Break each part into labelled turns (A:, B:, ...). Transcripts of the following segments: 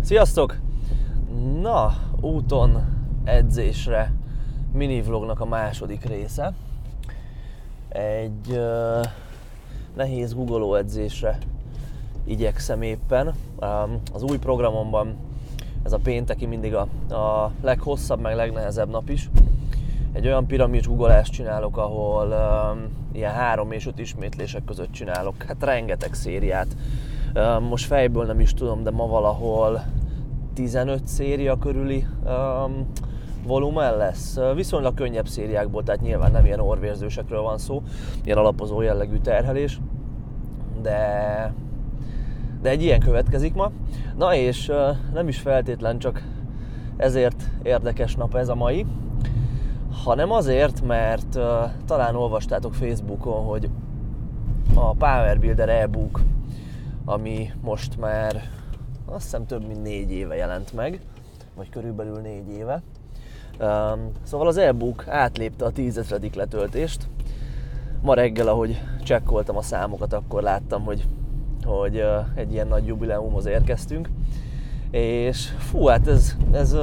A: Sziasztok! Na, úton edzésre mini vlognak a második része. Egy nehéz googoló edzésre igyekszem éppen. Az új programomban ez a pénteki mindig a leghosszabb, meg legnehezebb nap is. Egy olyan piramis guggolást csinálok, ahol ilyen 3 és 5 ismétlések között csinálok. Hát rengeteg szériát. Most fejből nem is tudom, de ma valahol 15 széria körüli volumen lesz. Viszonylag könnyebb szériákból, tehát nyilván nem ilyen orrvérzősekről van szó, ilyen alapozó jellegű terhelés, de egy ilyen következik ma. Na és nem is feltétlen csak ezért érdekes nap ez a mai, hanem azért, mert talán olvastátok Facebookon, hogy a Power Builder e-book, ami most már azt hiszem több mint 4 éve jelent meg, vagy körülbelül 4 éve. Szóval az e-book átlépte a 10 000. letöltést. Ma reggel, ahogy csekkoltam a számokat, akkor láttam, hogy egy ilyen nagy jubileumhoz érkeztünk. És fú, hát ez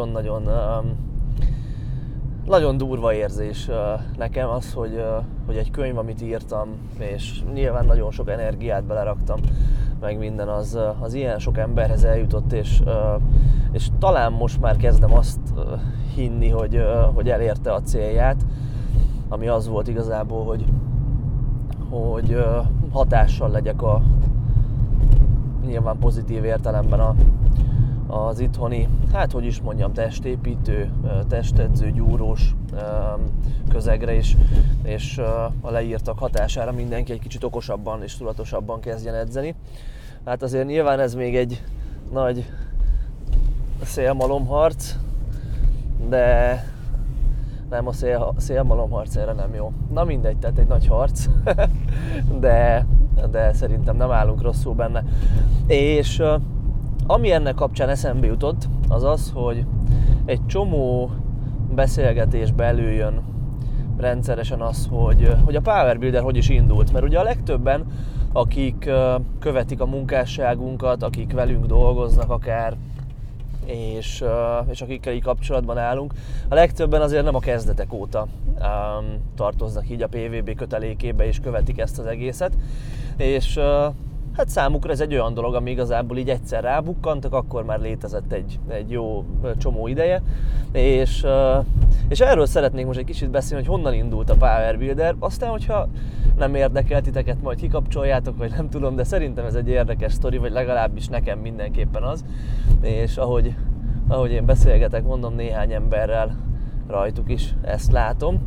A: nagyon durva érzés nekem az, hogy egy könyv, amit írtam, és nyilván nagyon sok energiát beleraktam, meg minden, az ilyen sok emberhez eljutott, és talán most már kezdem azt hinni, hogy elérte a célját, ami az volt igazából, hogy hatással legyek nyilván pozitív értelemben az itthoni, hát hogy is mondjam, testépítő, testedző, gyúrós közegre is, és a leírtak hatására mindenki egy kicsit okosabban és tudatosabban kezdjen edzeni. Hát azért nyilván ez még egy nagy szélmalomharc, de nem, a szélmalomharc erre nem jó. Na mindegy, tehát egy nagy harc, de szerintem nem állunk rosszul benne. És ami ennek kapcsán eszembe jutott, az az, hogy egy csomó beszélgetésbe előjön rendszeresen az, hogy a Power Builder hogy is indult. Mert ugye a legtöbben, akik követik a munkásságunkat, akik velünk dolgoznak akár, és akikkel így kapcsolatban állunk, a legtöbben azért nem a kezdetek óta tartoznak így a PVB kötelékébe, és követik ezt az egészet. És hát számukra ez egy olyan dolog, ami igazából így egyszer rábukkantak, akkor már létezett egy jó csomó ideje, és erről szeretnék most egy kicsit beszélni, hogy honnan indult a Power Builder, aztán, hogyha nem érdekel titeket, majd kikapcsoljátok, vagy nem tudom, de szerintem ez egy érdekes sztori, vagy legalábbis nekem mindenképpen az, és ahogy én beszélgetek, mondom, néhány emberrel rajtuk is ezt látom.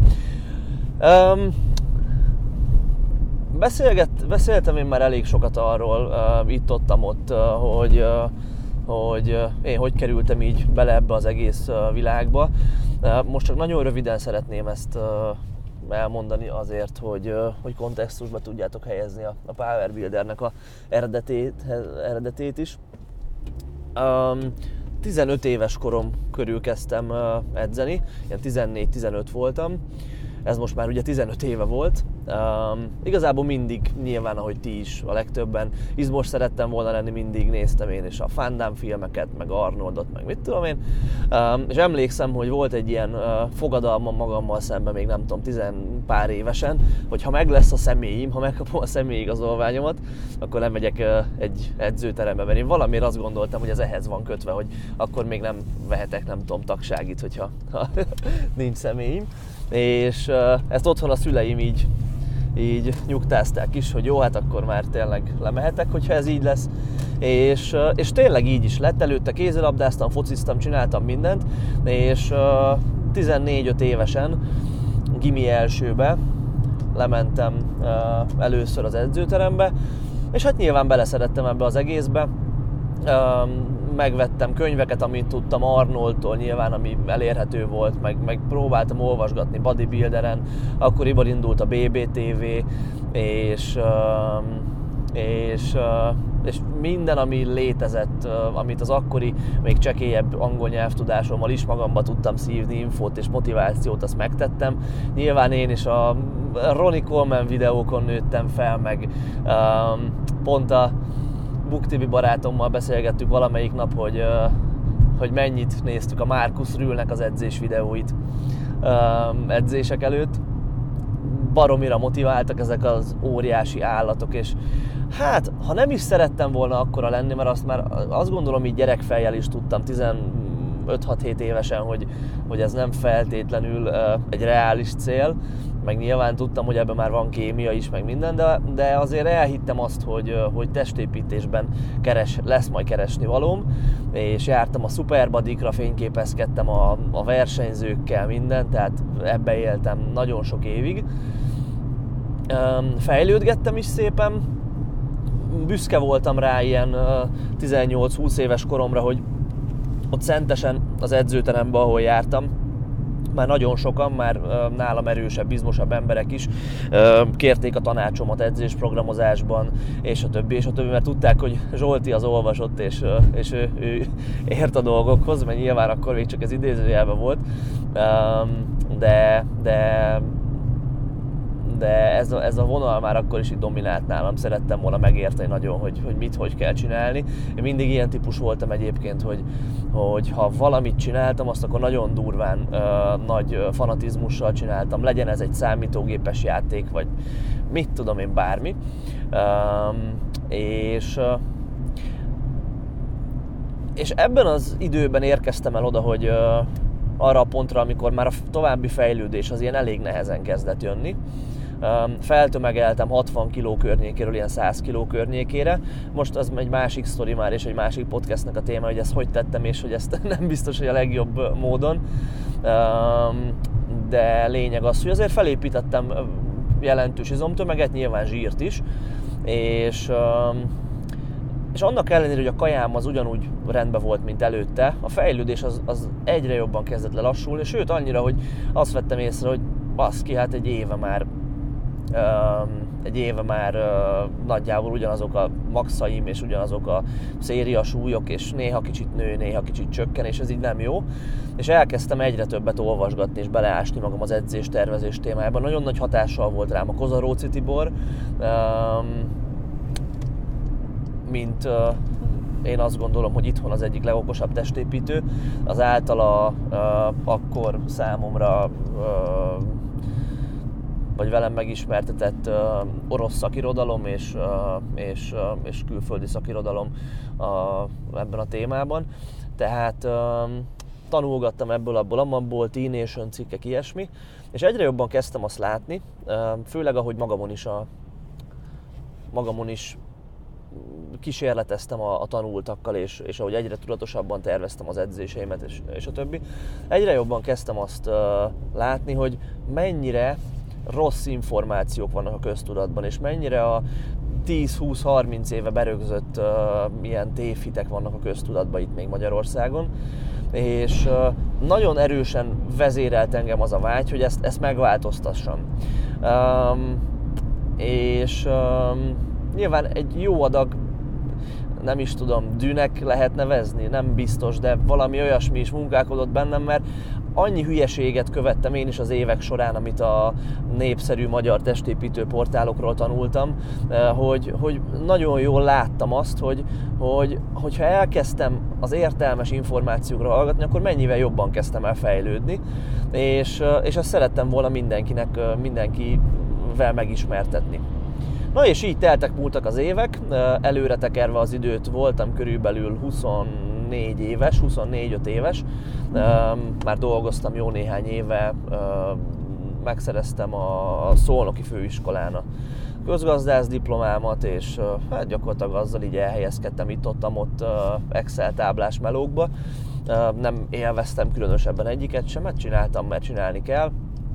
A: Beszéltem én már elég sokat arról, itt-ott, hogy én hogy kerültem így bele ebbe az egész világba. Most csak nagyon röviden szeretném ezt elmondani azért, hogy kontextusba tudjátok helyezni a Power Buildernek a eredetét is. 15 éves korom körül kezdtem edzeni, ilyen 14-15 voltam. Ez most már ugye 15 éve volt. Igazából mindig, nyilván ahogy ti is, a legtöbben izmos szerettem volna lenni, mindig néztem én is a Van Damme filmeket, meg Arnoldot, meg mit tudom én. És emlékszem, hogy volt egy ilyen fogadalmam magammal szemben, még nem tudom, 10 pár évesen, hogy ha meg lesz a személyim, ha megkapom a személyigazolványomat, akkor nem megyek egy edzőterembe, mert én valamiért azt gondoltam, hogy ez ehhez van kötve, hogy akkor még nem vehetek, nem tudom, tagságit, hogyha nincs személyim. És ezt otthon a szüleim így nyugtázták is, hogy jó, hát akkor már tényleg lemehetek, hogyha ez így lesz. És tényleg így is lett, előtte kézilabdáztam, fociztam, csináltam mindent, és 14-5 évesen, gimi elsőbe lementem először az edzőterembe, és hát nyilván beleszerettem ebbe az egészbe. Megvettem könyveket, amit tudtam Arnoldtól nyilván, ami elérhető volt, meg próbáltam olvasgatni bodybuilderen, akkoriban indult a BBTV, és minden, ami létezett, amit az akkori, még csekélyebb angol nyelvtudásommal is magamba tudtam szívni, infót és motivációt, azt megtettem. Nyilván én is a Ronnie Coleman videókon nőttem fel, meg pont BookTV barátommal beszélgettük valamelyik nap, hogy mennyit néztük a Marcus Rühlnek az edzés videóit edzések előtt. Baromira motiváltak ezek az óriási állatok, és hát, ha nem is szerettem volna akkora lenni, mert azt gondolom így gyerekfejjel is tudtam 15-6-7 évesen, hogy ez nem feltétlenül egy reális cél, meg nyilván tudtam, hogy ebben már van kémia is, meg minden, de azért elhittem azt, hogy testépítésben lesz majd keresni valóm, és jártam a Superbody-kra, fényképezkedtem a versenyzőkkel, minden, tehát ebbe éltem nagyon sok évig. Fejlődgettem is szépen, büszke voltam rá ilyen 18-20 éves koromra, hogy ott Szentesen az edzőteremben, ahol jártam, már nagyon sokan, már nálam erősebb, izmosabb emberek is kérték a tanácsomat edzésprogramozásban, és a többi, mert tudták, hogy Zsolti az olvasott, és ő ért a dolgokhoz, mert nyilván akkor még csak ez idézőjelben volt, de ez a vonal már akkor is így dominált nálam, szerettem volna megérteni nagyon, hogy hogy kell csinálni. Én mindig ilyen típus voltam egyébként, hogy ha valamit csináltam, azt akkor nagyon durván, nagy fanatizmussal csináltam, legyen ez egy számítógépes játék, vagy mit tudom én, bármi. És ebben az időben érkeztem el oda, hogy arra a pontra, amikor már a további fejlődés az ilyen elég nehezen kezdett jönni. Feltömegeltem 60 kg környékéről ilyen 100 kg környékére. Most az egy másik sztori már, és egy másik podcastnek a téma, hogy ezt hogy tettem, és hogy ezt nem biztos, hogy a legjobb módon. De lényeg az, hogy azért felépítettem jelentős izomtömeget, nyilván zsírt is, és annak ellenére, hogy a kajám az ugyanúgy rendben volt, mint előtte, a fejlődés az egyre jobban kezdett le lassulni, sőt annyira, hogy azt vettem észre, hogy baszki, hát egy éve már nagyjából ugyanazok a maxaim, és ugyanazok a széria súlyok, és néha kicsit nő, néha kicsit csökken, és ez így nem jó. És elkezdtem egyre többet olvasgatni, és beleásni magam az edzés-tervezés témájában. Nagyon nagy hatással volt rám a Kozaróci Tibor, mint én azt gondolom, hogy itthon az egyik legokosabb testépítő. Az általa akkor számomra vagy velem megismertetett orosz szakirodalom és külföldi szakirodalom ebben a témában. Tehát tanulgattam ebből, abból, T-Nation cikkek, ilyesmi, és egyre jobban kezdtem azt látni, főleg ahogy magamon is kísérleteztem a tanultakkal, és ahogy egyre tudatosabban terveztem az edzéseimet, és a többi. Egyre jobban kezdtem azt látni, hogy mennyire rossz információk vannak a köztudatban, és mennyire a 10-20-30 éve berögzött ilyen tévhitek vannak a köztudatban itt még Magyarországon. És nagyon erősen vezérelt engem az a vágy, hogy ezt megváltoztassam. Nyilván egy jó adag, nem is tudom, dűnek lehet nevezni, nem biztos, de valami olyasmi is munkálkodott bennem, mert annyi hülyeséget követtem én is az évek során, amit a népszerű magyar testépítő portálokról tanultam, hogy nagyon jól láttam azt, hogyha elkezdtem az értelmes információkra hallgatni, akkor mennyivel jobban kezdtem el fejlődni, és ezt szerettem volna mindenkivel megismertetni. Na és így múltak az évek, előre tekerve az időt voltam körülbelül 24-5 éves, már dolgoztam jó néhány éve, megszereztem a Szolnoki Főiskolán a közgazdász diplomámat, és hát gyakorlatilag azzal így elhelyezkedtem itt-ott Excel táblás melókba. Nem élveztem különösebben egyiket sem, mert csináltam, mert csinálni kell.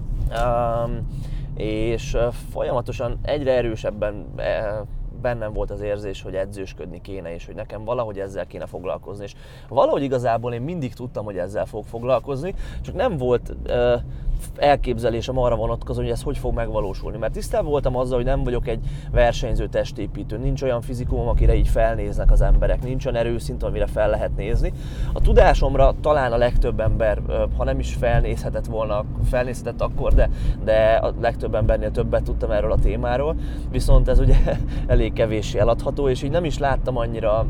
A: És folyamatosan egyre erősebben bennem volt az érzés, hogy edzősködni kéne, és hogy nekem valahogy ezzel kéne foglalkozni. És valahogy igazából én mindig tudtam, hogy ezzel fog foglalkozni, csak nem volt elképzelésem arra vonatkozó, hogy ez hogy fog megvalósulni. Mert tisztában voltam azzal, hogy nem vagyok egy versenyző testépítő, nincs olyan fizikumom, akire így felnéznek az emberek, nincs olyan erőszint, amire fel lehet nézni. A tudásomra talán a legtöbb ember, ha nem is felnézhetett akkor, de a legtöbb embernél többet tudtam erről a témáról, viszont ez ugye elég kevéssé eladható, és így nem is láttam annyira,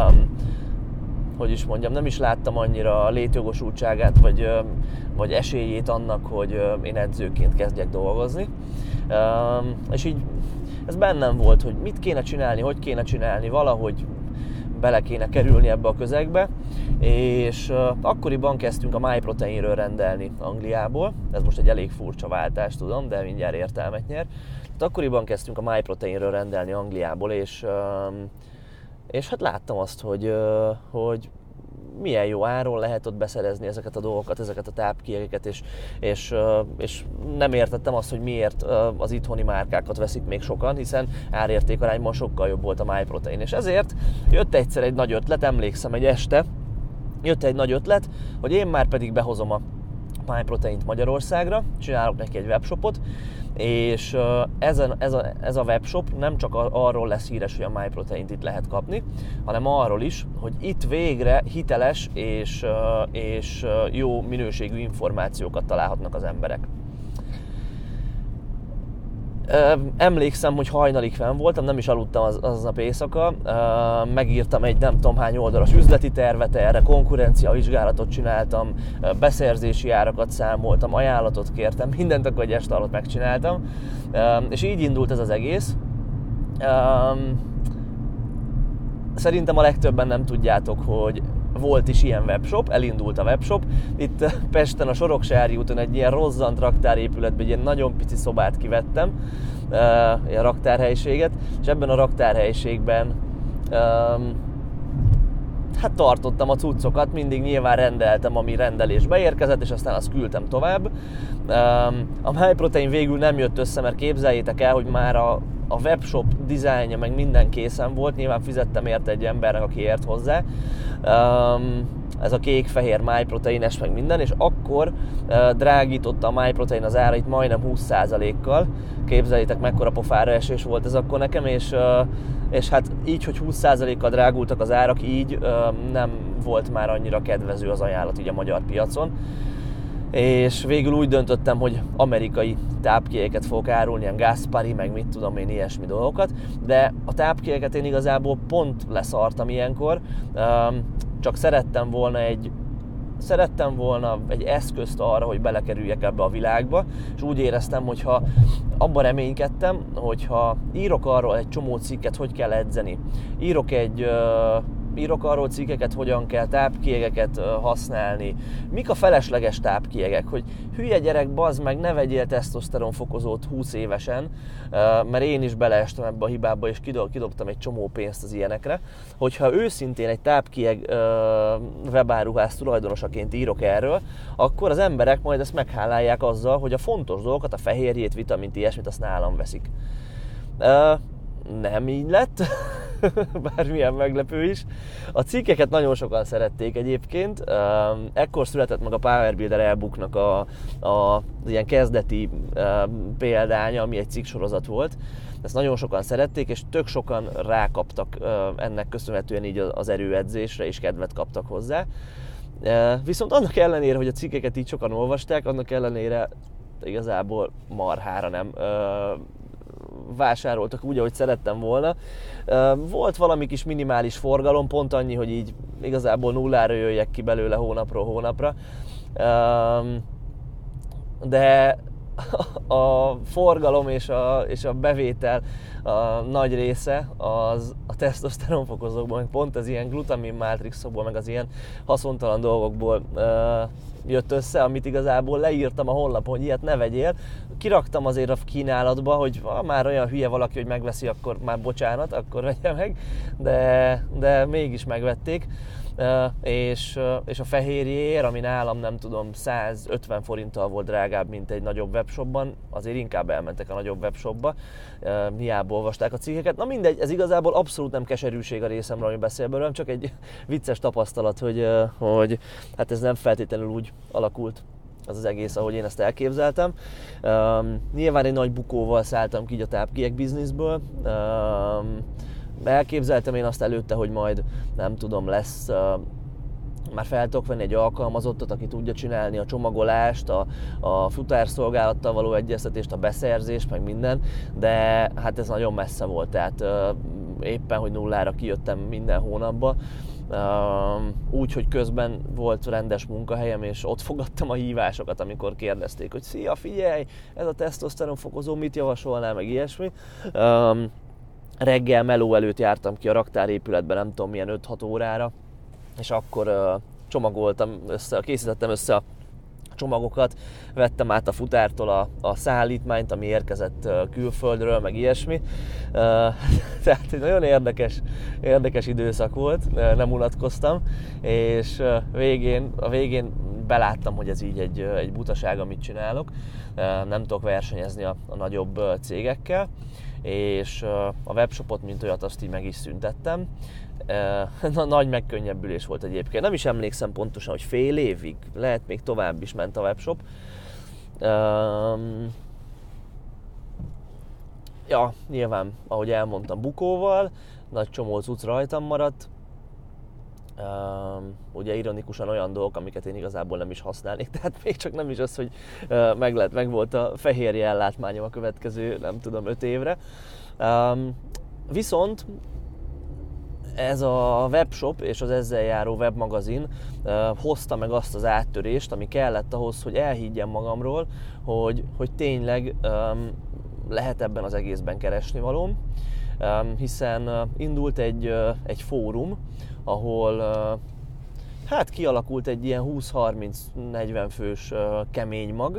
A: nem is láttam annyira létjogosultságát, vagy esélyét annak, hogy én edzőként kezdjek dolgozni. És így ez bennem volt, hogy mit kéne csinálni, hogy kéne csinálni, valahogy bele kéne kerülni ebbe a közegbe, és akkoriban kezdtünk a MyProteinről rendelni Angliából. Ez most egy elég furcsa váltás, tudom, de mindjárt értelmet nyer. Tehát akkoriban kezdtünk a MyProteinről rendelni Angliából, és hát láttam azt, hogy milyen jó áron lehet ott beszerezni ezeket a dolgokat, ezeket a tápkiegeket, és nem értettem azt, hogy miért az itthoni márkákat veszik még sokan, hiszen árértékarányban sokkal jobb volt a MyProtein. És ezért jött egyszer egy nagy ötlet, emlékszem, egy este jött egy nagy ötlet, hogy én már pedig behozom a MyProteint Magyarországra, csinálok neki egy webshopot, és ez a webshop nem csak arról lesz híres, hogy a MyProteint itt lehet kapni, hanem arról is, hogy itt végre hiteles és jó minőségű információkat találhatnak az emberek. Emlékszem, hogy hajnalig fenn voltam, nem is aludtam aznap éjszaka, megírtam egy nem tudom hány oldalas üzleti tervet erre, konkurenciavizsgálatot csináltam, beszerzési árakat számoltam, ajánlatot kértem, mindent akkor egy este alatt megcsináltam, és így indult ez az egész. Szerintem a legtöbben nem tudjátok, hogy volt is ilyen webshop, elindult a webshop. Itt Pesten a Soroksári úton egy ilyen rozzant raktárépületben egy ilyen nagyon pici szobát kivettem, ilyen raktárhelyiséget, és ebben a raktárhelyiségben hát tartottam a cuccokat, mindig nyilván rendeltem, ami rendelésbe érkezett, és aztán azt küldtem tovább. A MyProtein végül nem jött össze, mert képzeljétek el, hogy már a webshop dizájnja meg minden készen volt, nyilván fizettem érte egy embernek, aki ért hozzá. Ez a kék-fehér MyProtein-es meg minden, és akkor drágította a MyProtein az árait majdnem 20%-kal. Képzeljétek, mekkora pofára esés volt ez akkor nekem, és hát így, hogy 20%-kal drágultak az árak, így nem volt már annyira kedvező az ajánlat így a magyar piacon. És végül úgy döntöttem, hogy amerikai tápkiegeket fogok árulni, ilyen Gaspari, meg mit tudom én, ilyesmi dolgokat, de a tápkiegeket én igazából pont leszartam ilyenkor, csak szerettem volna egy eszközt arra, hogy belekerüljek ebbe a világba, és úgy éreztem, hogyha abban reménykedtem, hogyha írok arról egy csomó cikket, hogy kell edzeni, írok arról cikkeket, hogyan kell tápkiegeket használni, mik a felesleges tápkiegek, hogy hülye gyerek, bazd meg, ne vegyél tesztoszteronfokozót 20 évesen, mert én is beleestem ebbe a hibába, és kidobtam egy csomó pénzt az ilyenekre, hogyha őszintén egy tápkieg webáruház tulajdonosaként írok erről, akkor az emberek majd ezt meghálálják azzal, hogy a fontos dolgokat, a fehérjét, vitamint, ilyesmit, azt nálam veszik. Nem így lett, bármilyen meglepő is. A cikkeket nagyon sokan szerették egyébként. Ekkor született meg a Power Builder e-booknak az ilyen kezdeti példánya, ami egy cikksorozat volt. Ezt nagyon sokan szerették, és tök sokan rákaptak ennek köszönhetően így az erőedzésre, és kedvet kaptak hozzá. Viszont annak ellenére, hogy a cikkeket így sokan olvasták, annak ellenére igazából marhára nem vásároltak úgy, ahogy szerettem volna. Volt valami kis minimális forgalom, pont annyi, hogy így igazából nullára jöjjek ki belőle hónapról hónapra. De a forgalom és a bevétel a nagy része az a tesztoszteronfokozókból, meg pont az ilyen glutamin mátrixokból, meg az ilyen haszontalan dolgokból jött össze, amit igazából leírtam a honlapon, hogy ilyet ne vegyél. Kiraktam azért a kínálatba, hogy már olyan hülye valaki, hogy megveszi, akkor már bocsánat, akkor vegye meg, de mégis megvették. És a fehérjéért, ami nálam nem tudom 150 forinttal volt drágább, mint egy nagyobb webshopban, azért inkább elmentek a nagyobb webshopba, hiába olvasták a cikkeket. Na mindegy, ez igazából abszolút nem keserűség a részemről, ami beszél belőlem, csak egy vicces tapasztalat, hogy hát ez nem feltétlenül úgy alakult az egész, ahogy én ezt elképzeltem. Nyilván egy nagy bukóval szálltam ki a tápkieg bizniszből. Elképzeltem én azt előtte, hogy majd nem tudom, lesz már fel tudok venni egy alkalmazottat, aki tudja csinálni a csomagolást, a futárszolgálattal való egyeztetést, a beszerzést, meg minden, de hát ez nagyon messze volt, tehát éppen, hogy nullára kijöttem minden hónapba, úgy, hogy közben volt rendes munkahelyem, és ott fogadtam a hívásokat, amikor kérdezték, hogy szia, figyelj, ez a tesztoszteron fokozó, mit javasolnál, meg ilyesmi. Reggel meló előtt jártam ki a raktárépületbe, nem tudom milyen 5-6 órára, és akkor készítettem össze a csomagokat, vettem át a futártól a szállítmányt, ami érkezett külföldről, meg ilyesmi. Tehát egy nagyon érdekes időszak volt, nem unatkoztam, és a végén beláttam, hogy ez így egy butaság, amit csinálok. Nem tudok versenyezni a nagyobb cégekkel, és a webshopot, mint olyat, azt így meg is szüntettem. Nagy megkönnyebbülés volt egyébként. Nem is emlékszem pontosan, hogy fél évig, lehet még tovább is ment a webshop. Ja, nyilván, ahogy elmondtam, bukóval, nagy csomó cucc rajtam maradt. Ugye ironikusan olyan dolgok, amiket én igazából nem is használnék, tehát még csak nem is az, hogy meg volt a fehérje ellátmányom a következő, nem tudom, 5 évre. Viszont ez a webshop és az ezzel járó webmagazin hozta meg azt az áttörést, ami kellett ahhoz, hogy elhiggyem magamról, hogy tényleg lehet ebben az egészben keresnivalóm, hiszen indult egy fórum, ahol hát kialakult egy ilyen 20-30-40 fős kemény mag.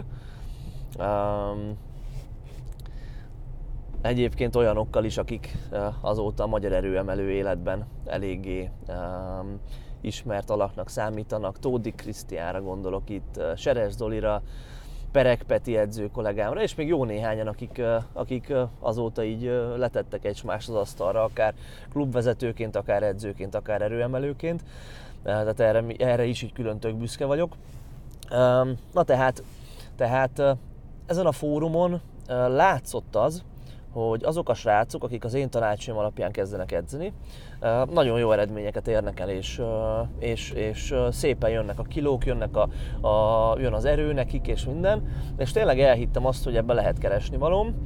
A: Egyébként olyanokkal is, akik azóta a magyar erőemelő életben eléggé ismert alaknak számítanak. Tódi Krisztiánra gondolok itt, Seres Zolira, Pereg Peti edző kollégámra, és még jó néhányan, akik azóta így letettek egymást az asztalra, akár klubvezetőként, akár edzőként, akár erőemelőként. Tehát erre is így külön tök büszke vagyok. Na tehát ezen a fórumon látszott az, hogy azok a srácok, akik az én tanácsaim alapján kezdenek edzeni, nagyon jó eredményeket érnek el, és szépen jönnek a kilók, jön az erő nekik, és minden. És tényleg elhittem azt, hogy ebben lehet keresni valóm.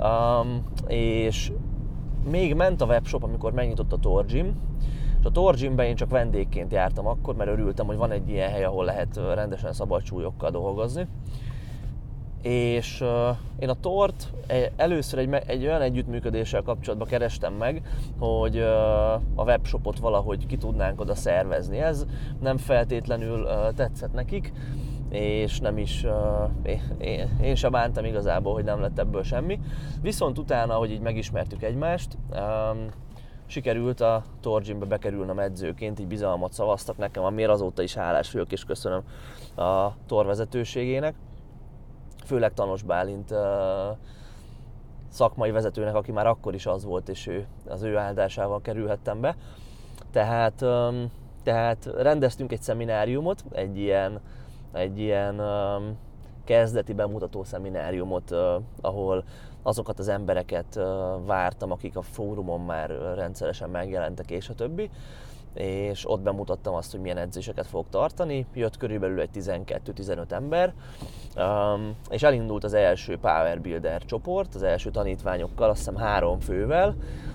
A: És még ment a webshop, amikor megnyitott a Tor Gym, és a Tor Gymben én csak vendégként jártam akkor, mert örültem, hogy van egy ilyen hely, ahol lehet rendesen szabad súlyokkal dolgozni. És én a Tort először egy olyan együttműködéssel kapcsolatban kerestem meg, hogy a webshopot valahogy ki tudnánk oda szervezni. Ez nem feltétlenül tetszett nekik, és nem is, én sem bántam igazából, hogy nem lett ebből semmi. Viszont utána, hogy így megismertük egymást, sikerült a Tor Gymbe bekerülnem edzőként, így bizalmat szavaztak nekem, amiért azóta is hálás vagyok, és köszönöm a Tor vezetőségének. Főleg Tanos Bálint szakmai vezetőnek, aki már akkor is az volt, és az ő áldásával kerülhettem be. Tehát rendeztünk egy szemináriumot, egy ilyen kezdeti bemutató szemináriumot, ahol azokat az embereket vártam, akik a fórumon már rendszeresen megjelentek, és a többi. És ott bemutattam azt, hogy milyen edzéseket fogok tartani. Jött körülbelül egy 12-15 ember, és elindult az első Power Builder csoport, az első tanítványokkal, azt hiszem 3 fővel.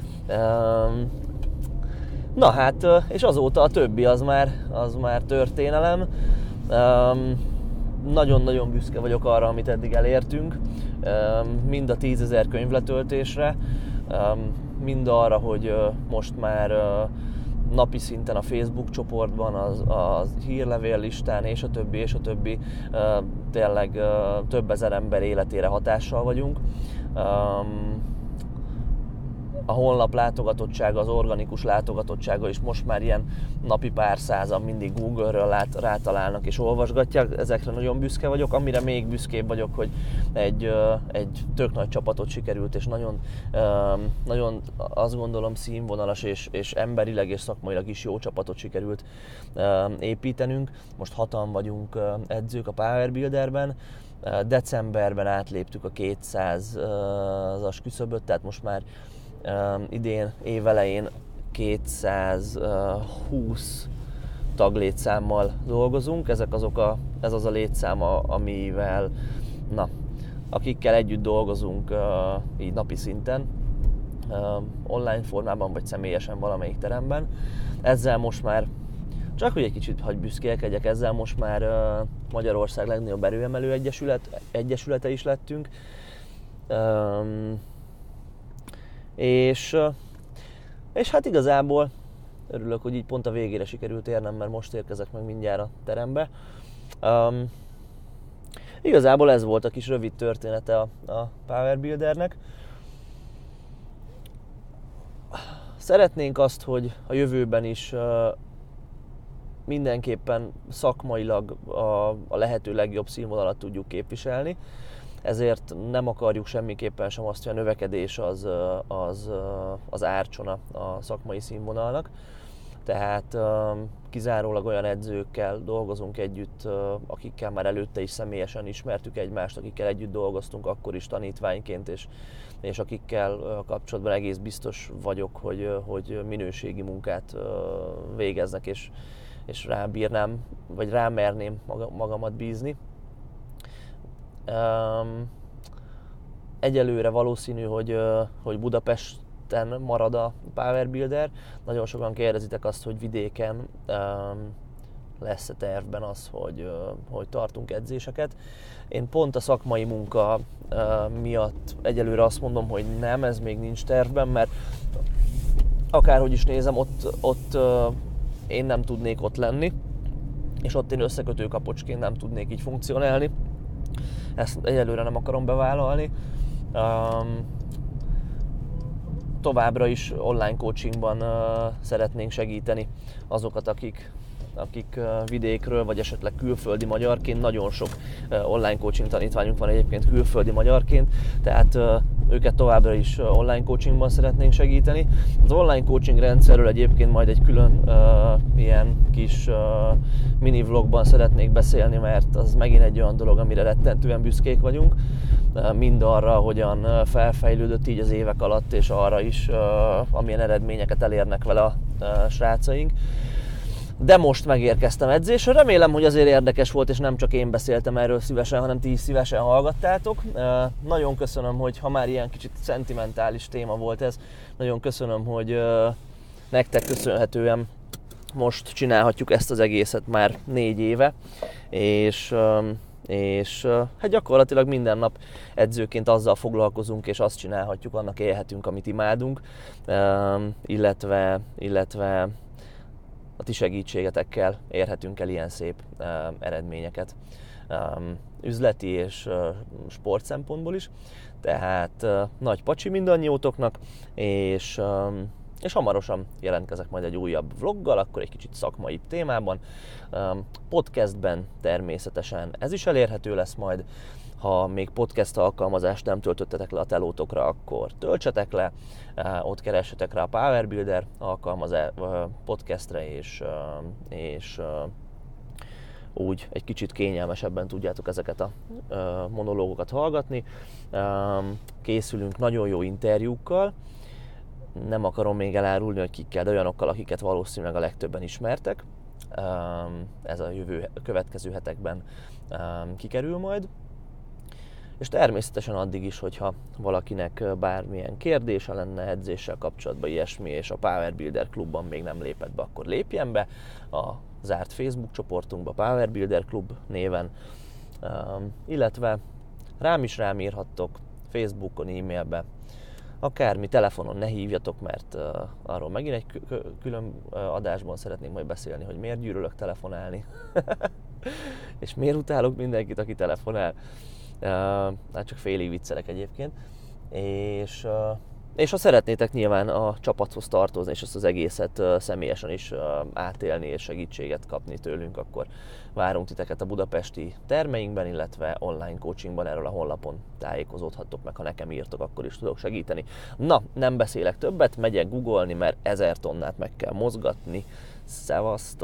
A: Na hát, és azóta a többi az már történelem. Nagyon-nagyon büszke vagyok arra, amit eddig elértünk, mind a 10 000 könyvletöltésre, mind arra, hogy most már napi szinten a Facebook csoportban, a hírlevél listán, és a többi, tényleg több ezer ember életére hatással vagyunk. A honlap látogatottsága, az organikus látogatottsága is most már ilyen napi pár százan mindig Google-ről rátalálnak és olvasgatják. Ezekre nagyon büszke vagyok. Amire még büszkébb vagyok, hogy egy tök nagy csapatot sikerült, és nagyon azt gondolom színvonalas és emberileg és szakmailag is jó csapatot sikerült építenünk. Most 6-an vagyunk edzők a Power Builderben. Decemberben átléptük a 200-as küszöböt, tehát most már idén évelején 220 taglétszámmal dolgozunk. Ez az a létszám, amivel, akikkel együtt dolgozunk így napi szinten, online formában vagy személyesen valamelyik teremben. Ezzel most már, csak hogy egy kicsit hagy büszkélkedjek, ezzel most már Magyarország legnagyobb erőemelő egyesülete is lettünk. És hát igazából örülök, hogy így pont a végére sikerült érnem, mert most érkezek meg mindjárt a terembe. Igazából ez volt a kis rövid története a Power Buildernek. Szeretnénk azt, hogy a jövőben is mindenképpen szakmailag a lehető legjobb színvonalat tudjuk képviselni. Ezért nem akarjuk semmiképpen sem azt, hogy a növekedés az árcsona a szakmai színvonalnak. Tehát kizárólag olyan edzőkkel dolgozunk együtt, akikkel már előtte is személyesen ismertük egymást, akikkel együtt dolgoztunk akkor is tanítványként, és akikkel kapcsolatban egész biztos vagyok, hogy minőségi munkát végeznek, és rábírnám, vagy rámerném magamat bízni. Egyelőre valószínű, hogy Budapesten marad a Power Builder. Nagyon sokan kérdezitek azt, hogy vidéken lesz-e tervben az, hogy tartunk edzéseket. Én pont a szakmai munka miatt egyelőre azt mondom, hogy nem, ez még nincs tervben, mert akárhogy is nézem, ott én nem tudnék ott lenni, és ott én összekötő kapocsként nem tudnék így funkcionálni. Ezt egyelőre nem akarom bevállalni. Továbbra is online coachingban szeretnénk segíteni azokat, akik vidékről, vagy esetleg külföldi magyarként, nagyon sok online coaching tanítványunk van egyébként külföldi magyarként, tehát őket továbbra is online coachingban szeretnénk segíteni. Az online coaching rendszerről egyébként majd egy külön ilyen kis mini vlogban szeretnék beszélni, mert az megint egy olyan dolog, amire rettentően büszkék vagyunk. Mind arra, hogyan felfejlődött így az évek alatt, és arra is, amilyen eredményeket elérnek vele a srácaink. De most megérkeztem edzésre, remélem, hogy azért érdekes volt, és nem csak én beszéltem erről szívesen, hanem ti is szívesen hallgattátok. Nagyon köszönöm, hogy ha már ilyen kicsit szentimentális téma volt ez, nagyon köszönöm, hogy nektek köszönhetően most csinálhatjuk ezt az egészet már 4 éve, és hát gyakorlatilag minden nap edzőként azzal foglalkozunk, és azt csinálhatjuk, annak élhetünk, amit imádunk, illetve a ti segítségetekkel érhetünk el ilyen szép eredményeket üzleti és sport szempontból is. Tehát nagy pacsi mindannyiótoknak, és hamarosan jelentkezek majd egy újabb vloggal, akkor egy kicsit szakmaibb témában. Podcastben természetesen ez is elérhető lesz majd. Ha még podcast alkalmazást nem töltöttetek le a telótokra, akkor töltsetek le, ott keressetek rá a Power Builder podcastre, és úgy egy kicsit kényelmesebben tudjátok ezeket a monológokat hallgatni. Készülünk nagyon jó interjúkkal, nem akarom még elárulni, hogy kikkel, de olyanokkal, akiket valószínűleg a legtöbben ismertek. Ez a következő hetekben kikerül majd. És természetesen addig is, hogyha valakinek bármilyen kérdése lenne edzéssel kapcsolatban ilyesmi, és a Power Builder klubban még nem lépett be, akkor lépjen be a zárt Facebook csoportunkba, Power Builder Klub néven, illetve rám is írhattok Facebookon, e-mailbe, akármi, telefonon ne hívjatok, mert arról megint egy külön adásban szeretnék majd beszélni, hogy miért gyűlölök telefonálni, és miért utálok mindenkit, aki telefonál. Hát csak félig viccelek egyébként, és ha szeretnétek nyilván a csapathoz tartozni, és ezt az egészet személyesen is átélni és segítséget kapni tőlünk, akkor várunk titeket a budapesti termeinkben, illetve online coachingban, erről a honlapon tájékozódhattok meg, ha nekem írtok, akkor is tudok segíteni. Na, nem beszélek többet, megyek googolni, mert 1000 tonnát meg kell mozgatni. Szevasztok!